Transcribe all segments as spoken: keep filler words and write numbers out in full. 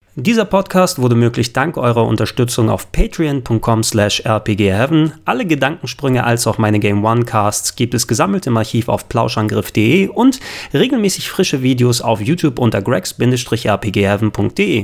Dieser Podcast wurde möglich dank eurer Unterstützung auf patreon punkt com slash r p g heaven. Alle Gedankensprünge als auch meine Game One Casts gibt es gesammelt im Archiv auf plauschangriff punkt de und regelmäßig frische Videos auf YouTube unter gregs r p g heaven punkt de.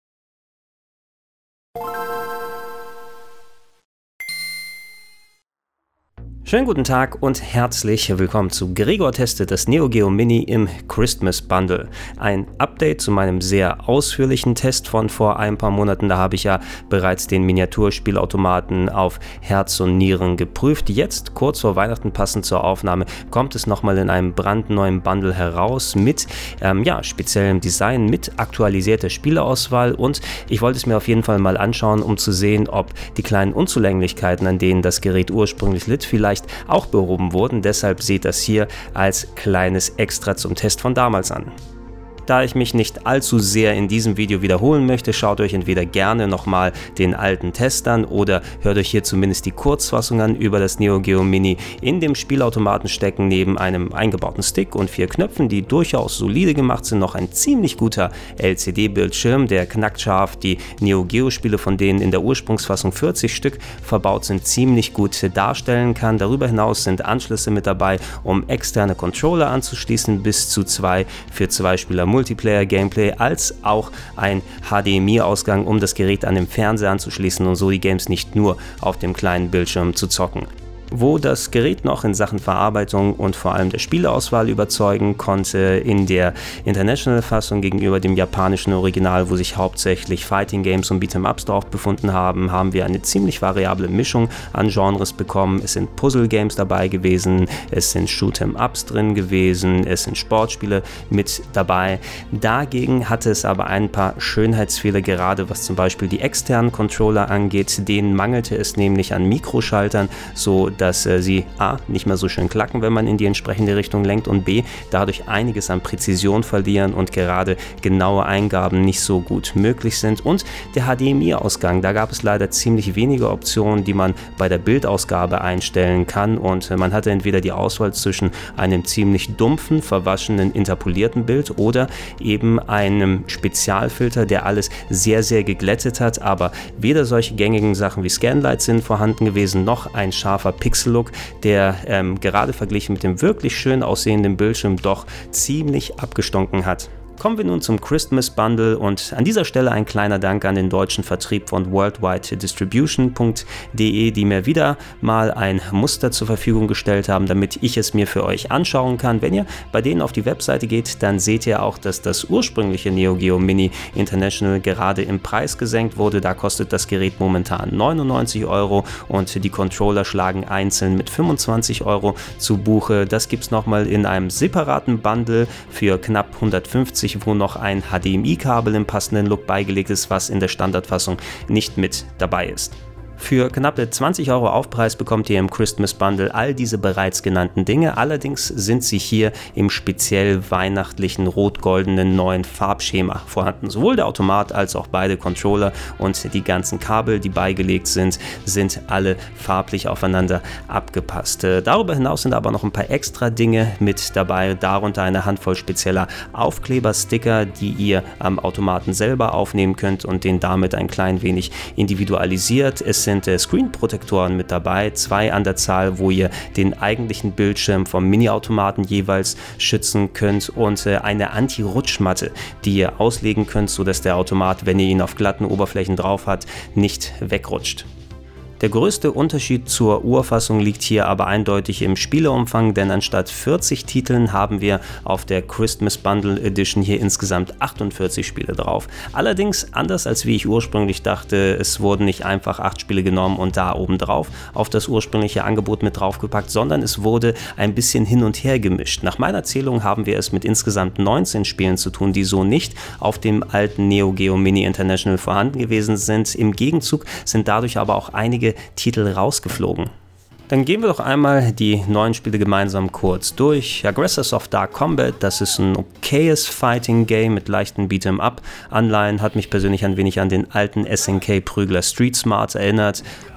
Schönen guten Tag und herzlich willkommen zu Gregor testet das Neo Geo Mini im Christmas Bundle. Ein Update zu meinem sehr ausführlichen Test von vor ein paar Monaten. Da habe ich ja bereits den Miniaturspielautomaten auf Herz und Nieren geprüft. Jetzt, kurz vor Weihnachten passend zur Aufnahme, kommt es nochmal in einem brandneuen Bundle heraus mit ähm, ja, speziellem Design, mit aktualisierter Spieleauswahl, und ich wollte es mir auf jeden Fall mal anschauen, um zu sehen, ob die kleinen Unzulänglichkeiten, an denen das Gerät ursprünglich litt, vielleicht auch behoben wurden. Deshalb seht das hier als kleines Extra zum Test von damals an. Da ich mich nicht allzu sehr in diesem Video wiederholen möchte, schaut euch entweder gerne nochmal den alten Test an oder hört euch hier zumindest die Kurzfassung an über das Neo Geo Mini. In dem Spielautomaten stecken neben einem eingebauten Stick und vier Knöpfen, die durchaus solide gemacht sind, noch ein ziemlich guter L C D-Bildschirm, der knackscharf die Neo Geo Spiele, von denen in der Ursprungsfassung vierzig Stück verbaut sind, ziemlich gut darstellen kann. Darüber hinaus sind Anschlüsse mit dabei, um externe Controller anzuschließen, bis zu zwei für zwei Spieler Multiplayer-Gameplay, als auch ein H D M I-Ausgang, um das Gerät an den Fernseher anzuschließen und so die Games nicht nur auf dem kleinen Bildschirm zu zocken. Wo das Gerät noch in Sachen Verarbeitung und vor allem der Spieleauswahl überzeugen konnte, in der International-Fassung gegenüber dem japanischen Original, wo sich hauptsächlich Fighting Games und Beat'em-Ups drauf befunden haben, haben wir eine ziemlich variable Mischung an Genres bekommen. Es sind Puzzle-Games dabei gewesen, es sind Shoot'em-Ups drin gewesen, es sind Sportspiele mit dabei. Dagegen hatte es aber ein paar Schönheitsfehler, gerade was zum Beispiel die externen Controller angeht. Denen mangelte es nämlich an Mikroschaltern, so dass äh, sie a. nicht mehr so schön klacken, wenn man in die entsprechende Richtung lenkt, und b. dadurch einiges an Präzision verlieren und gerade genaue Eingaben nicht so gut möglich sind. Und der H D M I-Ausgang, da gab es leider ziemlich wenige Optionen, die man bei der Bildausgabe einstellen kann, und äh, man hatte entweder die Auswahl zwischen einem ziemlich dumpfen, verwaschenen, interpolierten Bild oder eben einem Spezialfilter, der alles sehr, sehr geglättet hat, aber weder solche gängigen Sachen wie Scanlight sind vorhanden gewesen, noch ein scharfer Pixel-Look, der ähm, gerade verglichen mit dem wirklich schön aussehenden Bildschirm doch ziemlich abgestunken hat. Kommen wir nun zum Christmas Bundle, und an dieser Stelle ein kleiner Dank an den deutschen Vertrieb von worldwide distribution punkt de, die mir wieder mal ein Muster zur Verfügung gestellt haben, damit ich es mir für euch anschauen kann. Wenn ihr bei denen auf die Webseite geht, dann seht ihr auch, dass das ursprüngliche Neo Geo Mini International gerade im Preis gesenkt wurde. Da kostet das Gerät momentan neunundneunzig Euro und die Controller schlagen einzeln mit fünfundzwanzig Euro zu Buche. Das gibt es nochmal in einem separaten Bundle für knapp hundertfünfzig, wo noch ein H D M I-Kabel im passenden Look beigelegt ist, was in der Standardfassung nicht mit dabei ist. Für knappe zwanzig Euro Aufpreis bekommt ihr im Christmas Bundle all diese bereits genannten Dinge, allerdings sind sie hier im speziell weihnachtlichen rot-goldenen neuen Farbschema vorhanden. Sowohl der Automat als auch beide Controller und die ganzen Kabel, die beigelegt sind, sind alle farblich aufeinander abgepasst. Darüber hinaus sind aber noch ein paar extra Dinge mit dabei, darunter eine Handvoll spezieller Aufklebersticker, die ihr am Automaten selber aufnehmen könnt und den damit ein klein wenig individualisiert. Es sind äh, Screen-Protektoren mit dabei, zwei an der Zahl, wo ihr den eigentlichen Bildschirm vom Mini-Automaten jeweils schützen könnt, und äh, eine Anti-Rutschmatte, die ihr auslegen könnt, sodass der Automat, wenn ihr ihn auf glatten Oberflächen drauf habt, nicht wegrutscht. Der größte Unterschied zur Urfassung liegt hier aber eindeutig im Spieleumfang, denn anstatt vierzig Titeln haben wir auf der Christmas Bundle Edition hier insgesamt achtundvierzig Spiele drauf. Allerdings anders als wie ich ursprünglich dachte, es wurden nicht einfach acht Spiele genommen und da oben drauf auf das ursprüngliche Angebot mit draufgepackt, sondern es wurde ein bisschen hin und her gemischt. Nach meiner Zählung haben wir es mit insgesamt neunzehn Spielen zu tun, die so nicht auf dem alten Neo Geo Mini International vorhanden gewesen sind. Im Gegenzug sind dadurch aber auch einige Titel rausgeflogen. Dann gehen wir doch einmal die neuen Spiele gemeinsam kurz durch. Aggressors of Dark Combat, das ist ein okayes Fighting-Game mit leichten Beat'em-Up-Anleihen, hat mich persönlich ein wenig an den alten S N K-Prügler Street Smart erinnert.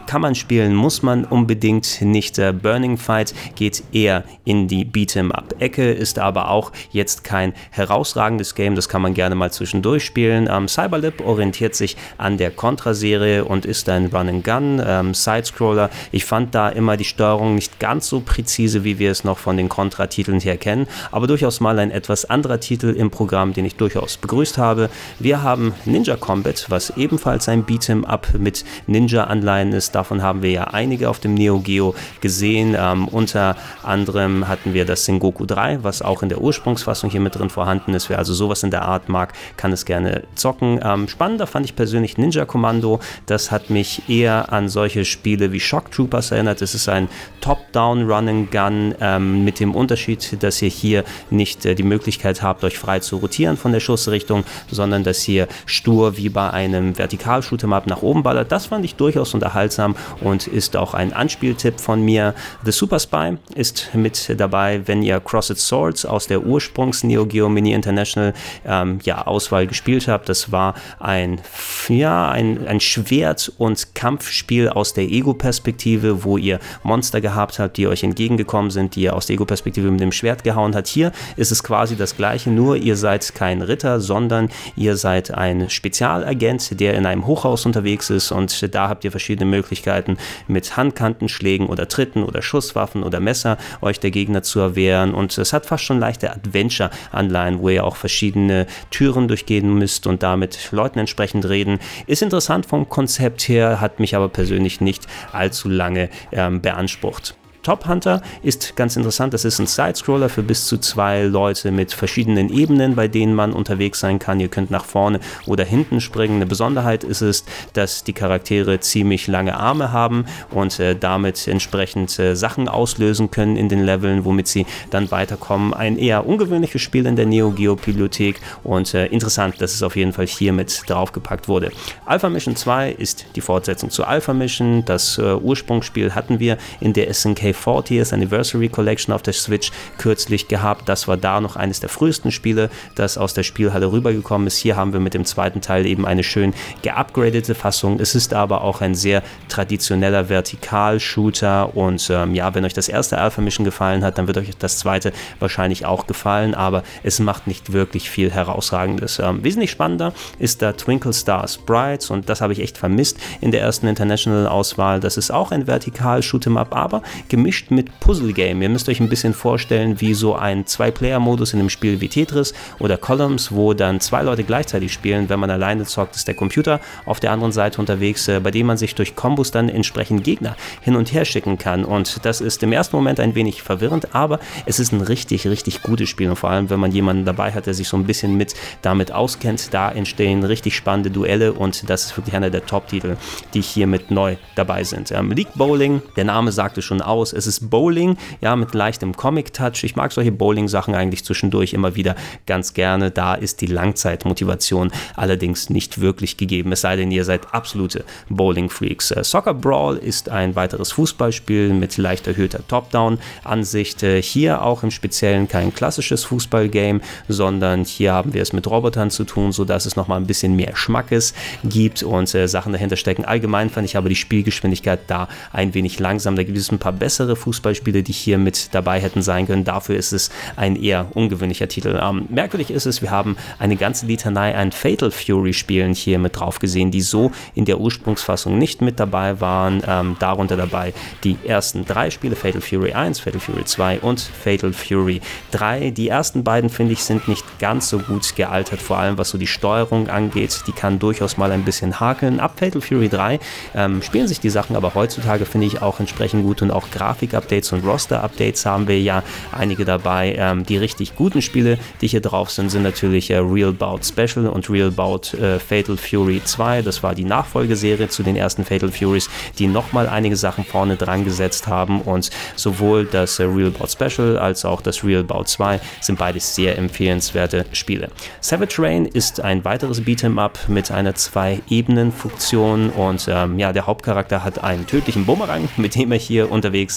kann man spielen, muss man unbedingt nicht. Äh, Burning Fight geht eher in die Beat'em-up-Ecke, ist aber auch jetzt kein herausragendes Game, das kann man gerne mal zwischendurch spielen. Ähm, Cyberlip orientiert sich an der Contra-Serie und ist ein Run-and-Gun, ähm, Sidescroller. Ich fand da immer die Steuerung nicht ganz so präzise, wie wir es noch von den Contra-Titeln her kennen, aber durchaus mal ein etwas anderer Titel im Programm, den ich durchaus begrüßt habe. Wir haben Ninja Combat, was ebenfalls ein Beat'em-up mit Ninja-Anleihen ist. Davon haben wir ja einige auf dem Neo Geo gesehen. Ähm, unter anderem hatten wir das Sengoku drei, was auch in der Ursprungsfassung hier mit drin vorhanden ist. Wer also sowas in der Art mag, kann es gerne zocken. Ähm, spannender fand ich persönlich Ninja Commando. Das hat mich eher an solche Spiele wie Shock Troopers erinnert. Es ist ein Top-Down Run-and-Gun ähm, mit dem Unterschied, dass ihr hier nicht äh, die Möglichkeit habt, euch frei zu rotieren von der Schussrichtung, sondern dass ihr stur wie bei einem Vertikal-Shoot'em-up nach oben ballert. Das fand ich durchaus unterhaltsam und ist auch ein Anspieltipp von mir. The Super Spy ist mit dabei, wenn ihr Crossed Swords aus der Ursprungs-Neo Geo Mini International ähm, ja, Auswahl gespielt habt. Das war ein, ja, ein, ein Schwert- und Kampfspiel aus der Ego-Perspektive, wo ihr Monster gehabt habt, die euch entgegengekommen sind, die ihr aus der Ego-Perspektive mit dem Schwert gehauen habt. Hier ist es quasi das Gleiche, nur ihr seid kein Ritter, sondern ihr seid ein Spezialagent, der in einem Hochhaus unterwegs ist, und da habt ihr verschiedene Möglichkeiten, mit Handkantenschlägen oder Tritten oder Schusswaffen oder Messer euch der Gegner zu erwehren, und es hat fast schon leichte Adventure-Anleihen, wo ihr auch verschiedene Türen durchgehen müsst und da mit Leuten entsprechend reden. Ist interessant vom Konzept her, hat mich aber persönlich nicht allzu lange ähm, beansprucht. Top Hunter ist ganz interessant, das ist ein Sidescroller für bis zu zwei Leute mit verschiedenen Ebenen, bei denen man unterwegs sein kann. Ihr könnt nach vorne oder hinten springen. Eine Besonderheit ist es, dass die Charaktere ziemlich lange Arme haben und äh, damit entsprechend äh, Sachen auslösen können in den Leveln, womit sie dann weiterkommen. Ein eher ungewöhnliches Spiel in der Neo Geo Bibliothek und äh, interessant, dass es auf jeden Fall hier mit draufgepackt wurde. Alpha Mission zwei ist die Fortsetzung zu Alpha Mission. Das äh, Ursprungsspiel hatten wir in der S N K vierziger Anniversary Collection auf der Switch kürzlich gehabt. Das war da noch eines der frühesten Spiele, das aus der Spielhalle rübergekommen ist. Hier haben wir mit dem zweiten Teil eben eine schön geupgradete Fassung. Es ist aber auch ein sehr traditioneller Vertikal-Shooter und ähm, ja, wenn euch das erste Alpha Mission gefallen hat, dann wird euch das zweite wahrscheinlich auch gefallen, aber es macht nicht wirklich viel Herausragendes. Ähm, wesentlich spannender ist da Twinkle Star Sprites, und das habe ich echt vermisst in der ersten International-Auswahl. Das ist auch ein Vertikal-Shoot'em-up, aber gemischt mit Puzzle-Game. Ihr müsst euch ein bisschen vorstellen, wie so ein Zwei-Player-Modus in einem Spiel wie Tetris oder Columns, wo dann zwei Leute gleichzeitig spielen. Wenn man alleine zockt, ist der Computer auf der anderen Seite unterwegs, äh, bei dem man sich durch Kombos dann entsprechend Gegner hin und her schicken kann. Und das ist im ersten Moment ein wenig verwirrend, aber es ist ein richtig, richtig gutes Spiel. Und vor allem, wenn man jemanden dabei hat, der sich so ein bisschen mit damit auskennt, da entstehen richtig spannende Duelle, und das ist wirklich einer der Top-Titel, die hiermit neu dabei sind. Ähm, League Bowling, der Name sagt es schon aus. Es ist Bowling, ja, mit leichtem Comic-Touch. Ich mag solche Bowling-Sachen eigentlich zwischendurch immer wieder ganz gerne. Da ist die Langzeitmotivation allerdings nicht wirklich gegeben, es sei denn, ihr seid absolute Bowling-Freaks. Äh, Soccer Brawl ist ein weiteres Fußballspiel mit leicht erhöhter Top-Down-Ansicht. Äh, hier auch im Speziellen kein klassisches Fußball-Game, sondern hier haben wir es mit Robotern zu tun, sodass es nochmal ein bisschen mehr Schmackes gibt und äh, Sachen dahinter stecken. Allgemein fand ich aber die Spielgeschwindigkeit da ein wenig langsam. Da gibt es ein paar bessere Fußballspiele, die hier mit dabei hätten sein können. Dafür ist es ein eher ungewöhnlicher Titel. Ähm, merkwürdig ist es, wir haben eine ganze Litanei an Fatal Fury Spielen hier mit drauf gesehen, die so in der Ursprungsfassung nicht mit dabei waren. Ähm, darunter dabei die ersten drei Spiele, Fatal Fury eins, Fatal Fury zwei und Fatal Fury drei. Die ersten beiden, finde ich, sind nicht ganz so gut gealtert, vor allem was so die Steuerung angeht. Die kann durchaus mal ein bisschen hakeln. Ab Fatal Fury drei ähm, spielen sich die Sachen aber heutzutage, finde ich, auch entsprechend gut, und auch Grafik-Updates und Roster-Updates haben wir ja einige dabei. Ähm, die richtig guten Spiele, die hier drauf sind, sind natürlich äh, Real Bout Special und Real Bout äh, Fatal Fury zwei. Das war die Nachfolgeserie zu den ersten Fatal Furies, die nochmal einige Sachen vorne dran gesetzt haben, und sowohl das äh, Real Bout Special als auch das Real Bout zwei sind beides sehr empfehlenswerte Spiele. Savage Rain ist ein weiteres Beat'em-up mit einer Zwei-Ebenen-Funktion, und ähm, ja, der Hauptcharakter hat einen tödlichen Bumerang, mit dem er hier unterwegs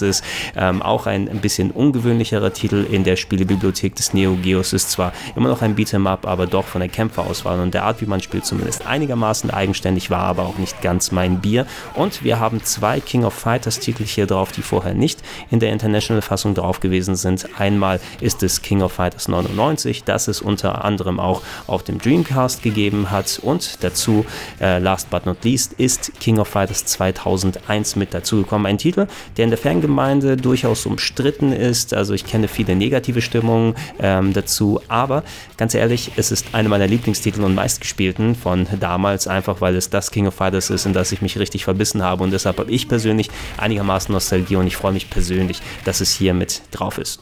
ist. Ähm, auch ein, ein bisschen ungewöhnlicherer Titel in der Spielebibliothek des Neo Geos. Ist zwar immer noch ein Beat'em Up, aber doch von der Kämpferauswahl und der Art, wie man spielt, zumindest einigermaßen eigenständig, war aber auch nicht ganz mein Bier. Und wir haben zwei King of Fighters Titel hier drauf, die vorher nicht in der International-Fassung drauf gewesen sind. Einmal ist es King of Fighters neunundneunzig, das es unter anderem auch auf dem Dreamcast gegeben hat, und dazu, äh, last but not least, ist King of Fighters zweitausendeins mit dazugekommen. Ein Titel, der in der Fangemeinde durchaus umstritten ist, also ich kenne viele negative Stimmungen ähm, dazu, aber ganz ehrlich, es ist einer meiner Lieblingstitel und meistgespielten von damals, einfach weil es das King of Fighters ist, in das ich mich richtig verbissen habe, und deshalb habe ich persönlich einigermaßen Nostalgie und ich freue mich persönlich, dass es hier mit drauf ist.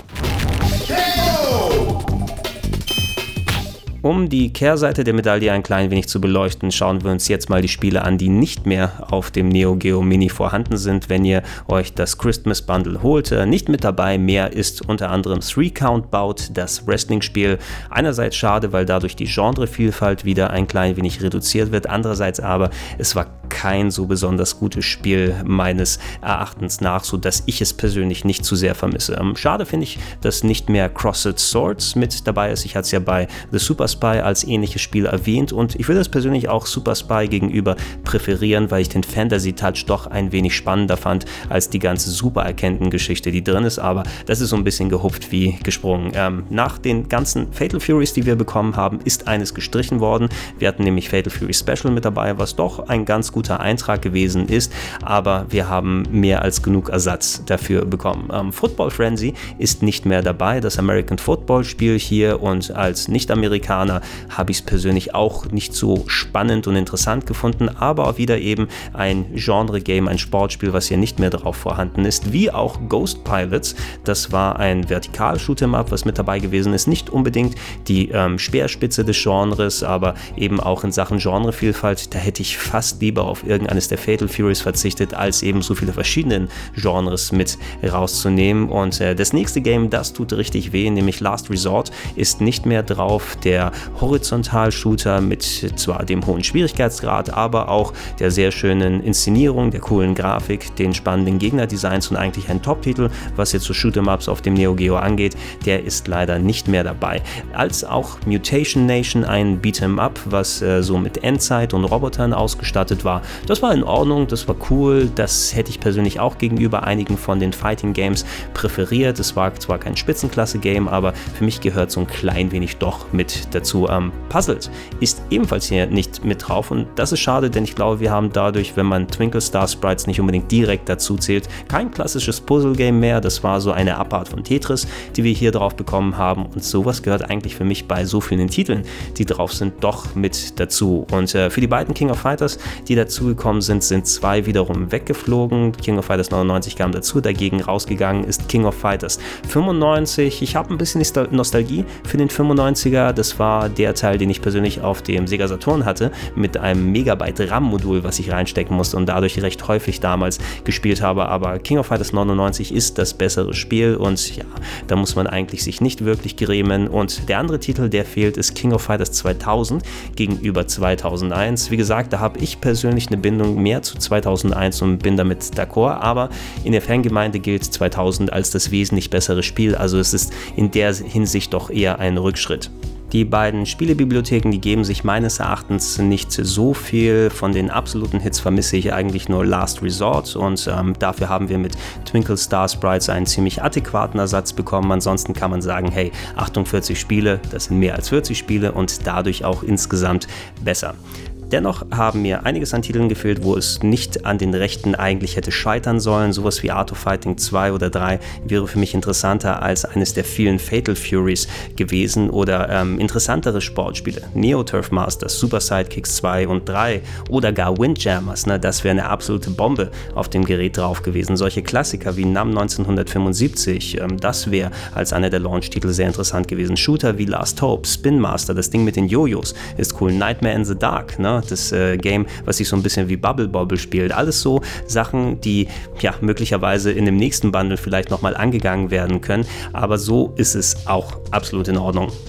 Um die Kehrseite der Medaille ein klein wenig zu beleuchten, schauen wir uns jetzt mal die Spiele an, die nicht mehr auf dem Neo Geo Mini vorhanden sind, wenn ihr euch das Christmas Bundle holt. Nicht mit dabei mehr ist unter anderem Three Count Bout, das Wrestling-Spiel. Einerseits schade, weil dadurch die Genrevielfalt wieder ein klein wenig reduziert wird, andererseits aber, es war kein so besonders gutes Spiel meines Erachtens nach, sodass ich es persönlich nicht zu sehr vermisse. Schade finde ich, dass nicht mehr Crossed Swords mit dabei ist. Ich hatte es ja bei The Super Spy als ähnliches Spiel erwähnt und ich würde es persönlich auch Super Spy gegenüber präferieren, weil ich den Fantasy-Touch doch ein wenig spannender fand als die ganze Super-Erkennten-Geschichte, die drin ist, aber das ist so ein bisschen gehupft wie gesprungen. Ähm, nach den ganzen Fatal Furies, die wir bekommen haben, ist eines gestrichen worden. Wir hatten nämlich Fatal Fury Special mit dabei, was doch ein ganz guter Eintrag gewesen ist, aber wir haben mehr als genug Ersatz dafür bekommen. Ähm, Football Frenzy ist nicht mehr dabei, das American Football Spiel hier, und als Nicht-Amerikaner habe ich es persönlich auch nicht so spannend und interessant gefunden, aber auch wieder eben ein Genre-Game, ein Sportspiel, was hier nicht mehr drauf vorhanden ist, wie auch Ghost Pilots. Das war ein Vertikal-Shoot'em-up, was mit dabei gewesen ist, nicht unbedingt die ähm, Speerspitze des Genres, aber eben auch in Sachen Genrevielfalt, da hätte ich fast lieber auf irgendeines der Fatal Furies verzichtet, als eben so viele verschiedene Genres mit rauszunehmen. Und äh, das nächste Game, das tut richtig weh, nämlich Last Resort, ist nicht mehr drauf. Der Horizontal-Shooter mit zwar dem hohen Schwierigkeitsgrad, aber auch der sehr schönen Inszenierung, der coolen Grafik, den spannenden Gegnerdesigns und eigentlich ein Top-Titel, was jetzt so Shoot'em-Ups auf dem Neo Geo angeht, der ist leider nicht mehr dabei. Als auch Mutation Nation, ein Beat'em-Up, was äh, so mit Endzeit und Robotern ausgestattet war. Das war in Ordnung, das war cool, das hätte ich persönlich auch gegenüber einigen von den Fighting Games präferiert. Es war zwar kein Spitzenklasse-Game, aber für mich gehört so ein klein wenig doch mit dazu. Ähm, Puzzles ist ebenfalls hier nicht mit drauf und das ist schade, denn ich glaube, wir haben dadurch, wenn man Twinkle Star Sprites nicht unbedingt direkt dazu zählt, kein klassisches Puzzle-Game mehr. Das war so eine Abart von Tetris, die wir hier drauf bekommen haben, und sowas gehört eigentlich für mich bei so vielen Titeln, die drauf sind, doch mit dazu. Und äh, für die beiden King of Fighters, die dazugekommen sind, sind zwei wiederum weggeflogen. King of Fighters neunundneunzig kam dazu, dagegen rausgegangen ist King of Fighters fünfundneunzig. Ich habe ein bisschen Nostalgie für den fünfundneunziger. Das war der Teil, den ich persönlich auf dem Sega Saturn hatte, mit einem Megabyte RAM-Modul, was ich reinstecken musste und dadurch recht häufig damals gespielt habe. Aber King of Fighters neunundneunzig ist das bessere Spiel und ja, da muss man eigentlich sich nicht wirklich grämen. Und der andere Titel, der fehlt, ist King of Fighters zweitausend gegenüber zweitausendeins. Wie gesagt, da habe ich persönlich eine Bindung mehr zu zweitausendeins und bin damit d'accord, aber in der Fangemeinde gilt zweitausend als das wesentlich bessere Spiel, also es ist in der Hinsicht doch eher ein Rückschritt. Die beiden Spielebibliotheken, die geben sich meines Erachtens nicht so viel. Von den absoluten Hits vermisse ich eigentlich nur Last Resort und ähm, dafür haben wir mit Twinkle Star Sprites einen ziemlich adäquaten Ersatz bekommen. Ansonsten kann man sagen, hey, achtundvierzig Spiele, das sind mehr als vierzig Spiele und dadurch auch insgesamt besser. Dennoch haben mir einiges an Titeln gefehlt, wo es nicht an den Rechten eigentlich hätte scheitern sollen. Sowas wie Art of Fighting zwei oder drei wäre für mich interessanter als eines der vielen Fatal Furies gewesen oder ähm, interessantere Sportspiele. Neo Turf Masters, Super Sidekicks zwei und drei oder gar Windjammers, ne, das wäre eine absolute Bombe auf dem Gerät drauf gewesen. Solche Klassiker wie Nam neunzehnhundertfünfundsiebzig, ähm, das wäre als einer der Launch-Titel sehr interessant gewesen. Shooter wie Last Hope, Spin Master, das Ding mit den Jojos ist cool. Nightmare in the Dark, ne? Das äh, Game, was sich so ein bisschen wie Bubble Bobble spielt. Alles so Sachen, die ja möglicherweise in dem nächsten Bundle vielleicht nochmal angegangen werden können, aber so ist es auch absolut in Ordnung.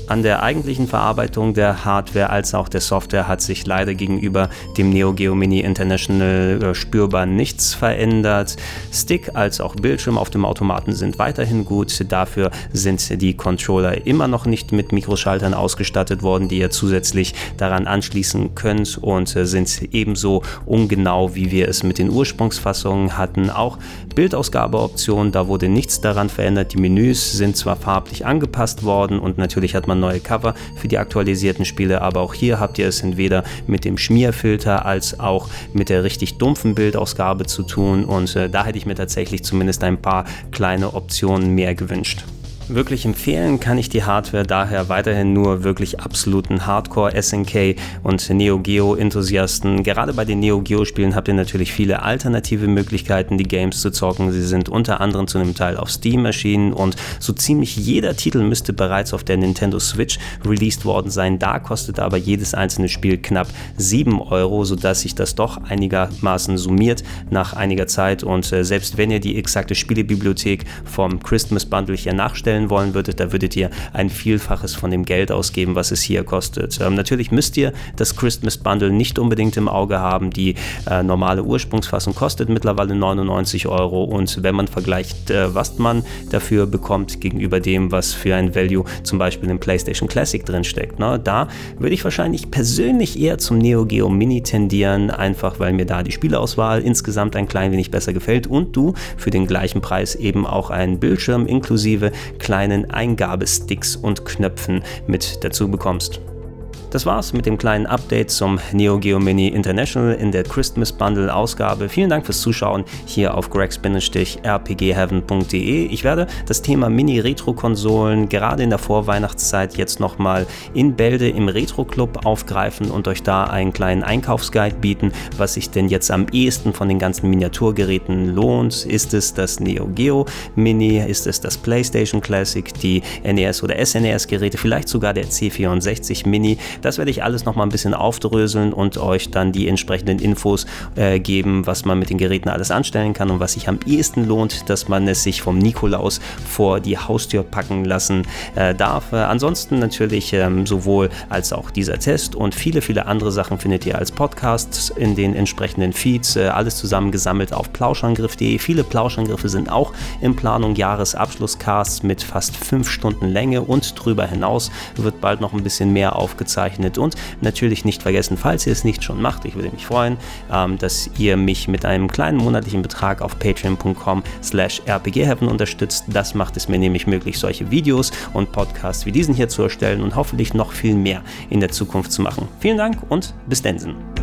An der eigentlichen Verarbeitung der Hardware als auch der Software hat sich leider gegenüber dem Neo Geo Mini International äh, spürbar nichts verändert. Stick als auch Bildschirm auf dem Automaten sind weiterhin gut. Dafür sind die Controller immer noch nicht mit Mikroschaltern ausgestattet worden, die ihr zusätzlich daran anschließen könnt, und äh, sind ebenso ungenau, wie wir es mit den Ursprungsfassungen hatten. Auch Bildausgabeoptionen, da wurde nichts daran verändert. Die Menüs sind zwar farblich angepasst worden und natürlich hat man neue Cover für die aktualisierten Spiele, aber auch hier habt ihr es entweder mit dem Schmierfilter als auch mit der richtig dumpfen Bildausgabe zu tun, und äh, da hätte ich mir tatsächlich zumindest ein paar kleine Optionen mehr gewünscht. Wirklich empfehlen kann ich die Hardware daher weiterhin nur wirklich absoluten Hardcore-S N K und Neo Geo-Enthusiasten. Gerade bei den Neo Geo-Spielen habt ihr natürlich viele alternative Möglichkeiten, die Games zu zocken. Sie sind unter anderem zu einem Teil auf Steam erschienen, und so ziemlich jeder Titel müsste bereits auf der Nintendo Switch released worden sein. Da kostet aber jedes einzelne Spiel knapp sieben Euro, sodass sich das doch einigermaßen summiert nach einiger Zeit, und äh, selbst wenn ihr die exakte Spielebibliothek vom Christmas Bundle hier nachstellen wollen würdet, da würdet ihr ein Vielfaches von dem Geld ausgeben, was es hier kostet. Ähm, natürlich müsst ihr das Christmas Bundle nicht unbedingt im Auge haben. Die äh, normale Ursprungsfassung kostet mittlerweile neunundneunzig Euro, und wenn man vergleicht, äh, was man dafür bekommt gegenüber dem, was für ein Value zum Beispiel im PlayStation Classic drin steckt, ne, da würde ich wahrscheinlich persönlich eher zum Neo Geo Mini tendieren, einfach weil mir da die Spieleauswahl insgesamt ein klein wenig besser gefällt und du für den gleichen Preis eben auch einen Bildschirm inklusive kleinen Eingabesticks und Knöpfen mit dazu bekommst. Das war's mit dem kleinen Update zum Neo Geo Mini International in der Christmas Bundle Ausgabe. Vielen Dank fürs Zuschauen hier auf greg R P G heaven punkt de. Ich werde das Thema Mini-Retro-Konsolen gerade in der Vorweihnachtszeit jetzt nochmal in Bälde im Retro-Club aufgreifen und euch da einen kleinen Einkaufsguide bieten, was sich denn jetzt am ehesten von den ganzen Miniaturgeräten lohnt. Ist es das Neo Geo Mini? Ist es das PlayStation Classic? Die N E S oder S N E S-Geräte? Vielleicht sogar der C vierundsechzig Mini? Das werde ich alles noch mal ein bisschen aufdröseln und euch dann die entsprechenden Infos äh, geben, was man mit den Geräten alles anstellen kann und was sich am ehesten lohnt, dass man es sich vom Nikolaus vor die Haustür packen lassen äh, darf. Äh, ansonsten natürlich ähm, sowohl als auch dieser Test und viele, viele andere Sachen findet ihr als Podcasts in den entsprechenden Feeds, äh, alles zusammengesammelt auf plauschangriff punkt de. Viele Plauschangriffe sind auch in Planung, Jahresabschlusscasts mit fast fünf Stunden Länge und drüber hinaus wird bald noch ein bisschen mehr aufgezeichnet. Und natürlich nicht vergessen, falls ihr es nicht schon macht, ich würde mich freuen, ähm, dass ihr mich mit einem kleinen monatlichen Betrag auf patreon punkt com slash r p g heaven unterstützt. Das macht es mir nämlich möglich, solche Videos und Podcasts wie diesen hier zu erstellen und hoffentlich noch viel mehr in der Zukunft zu machen. Vielen Dank und bis dann.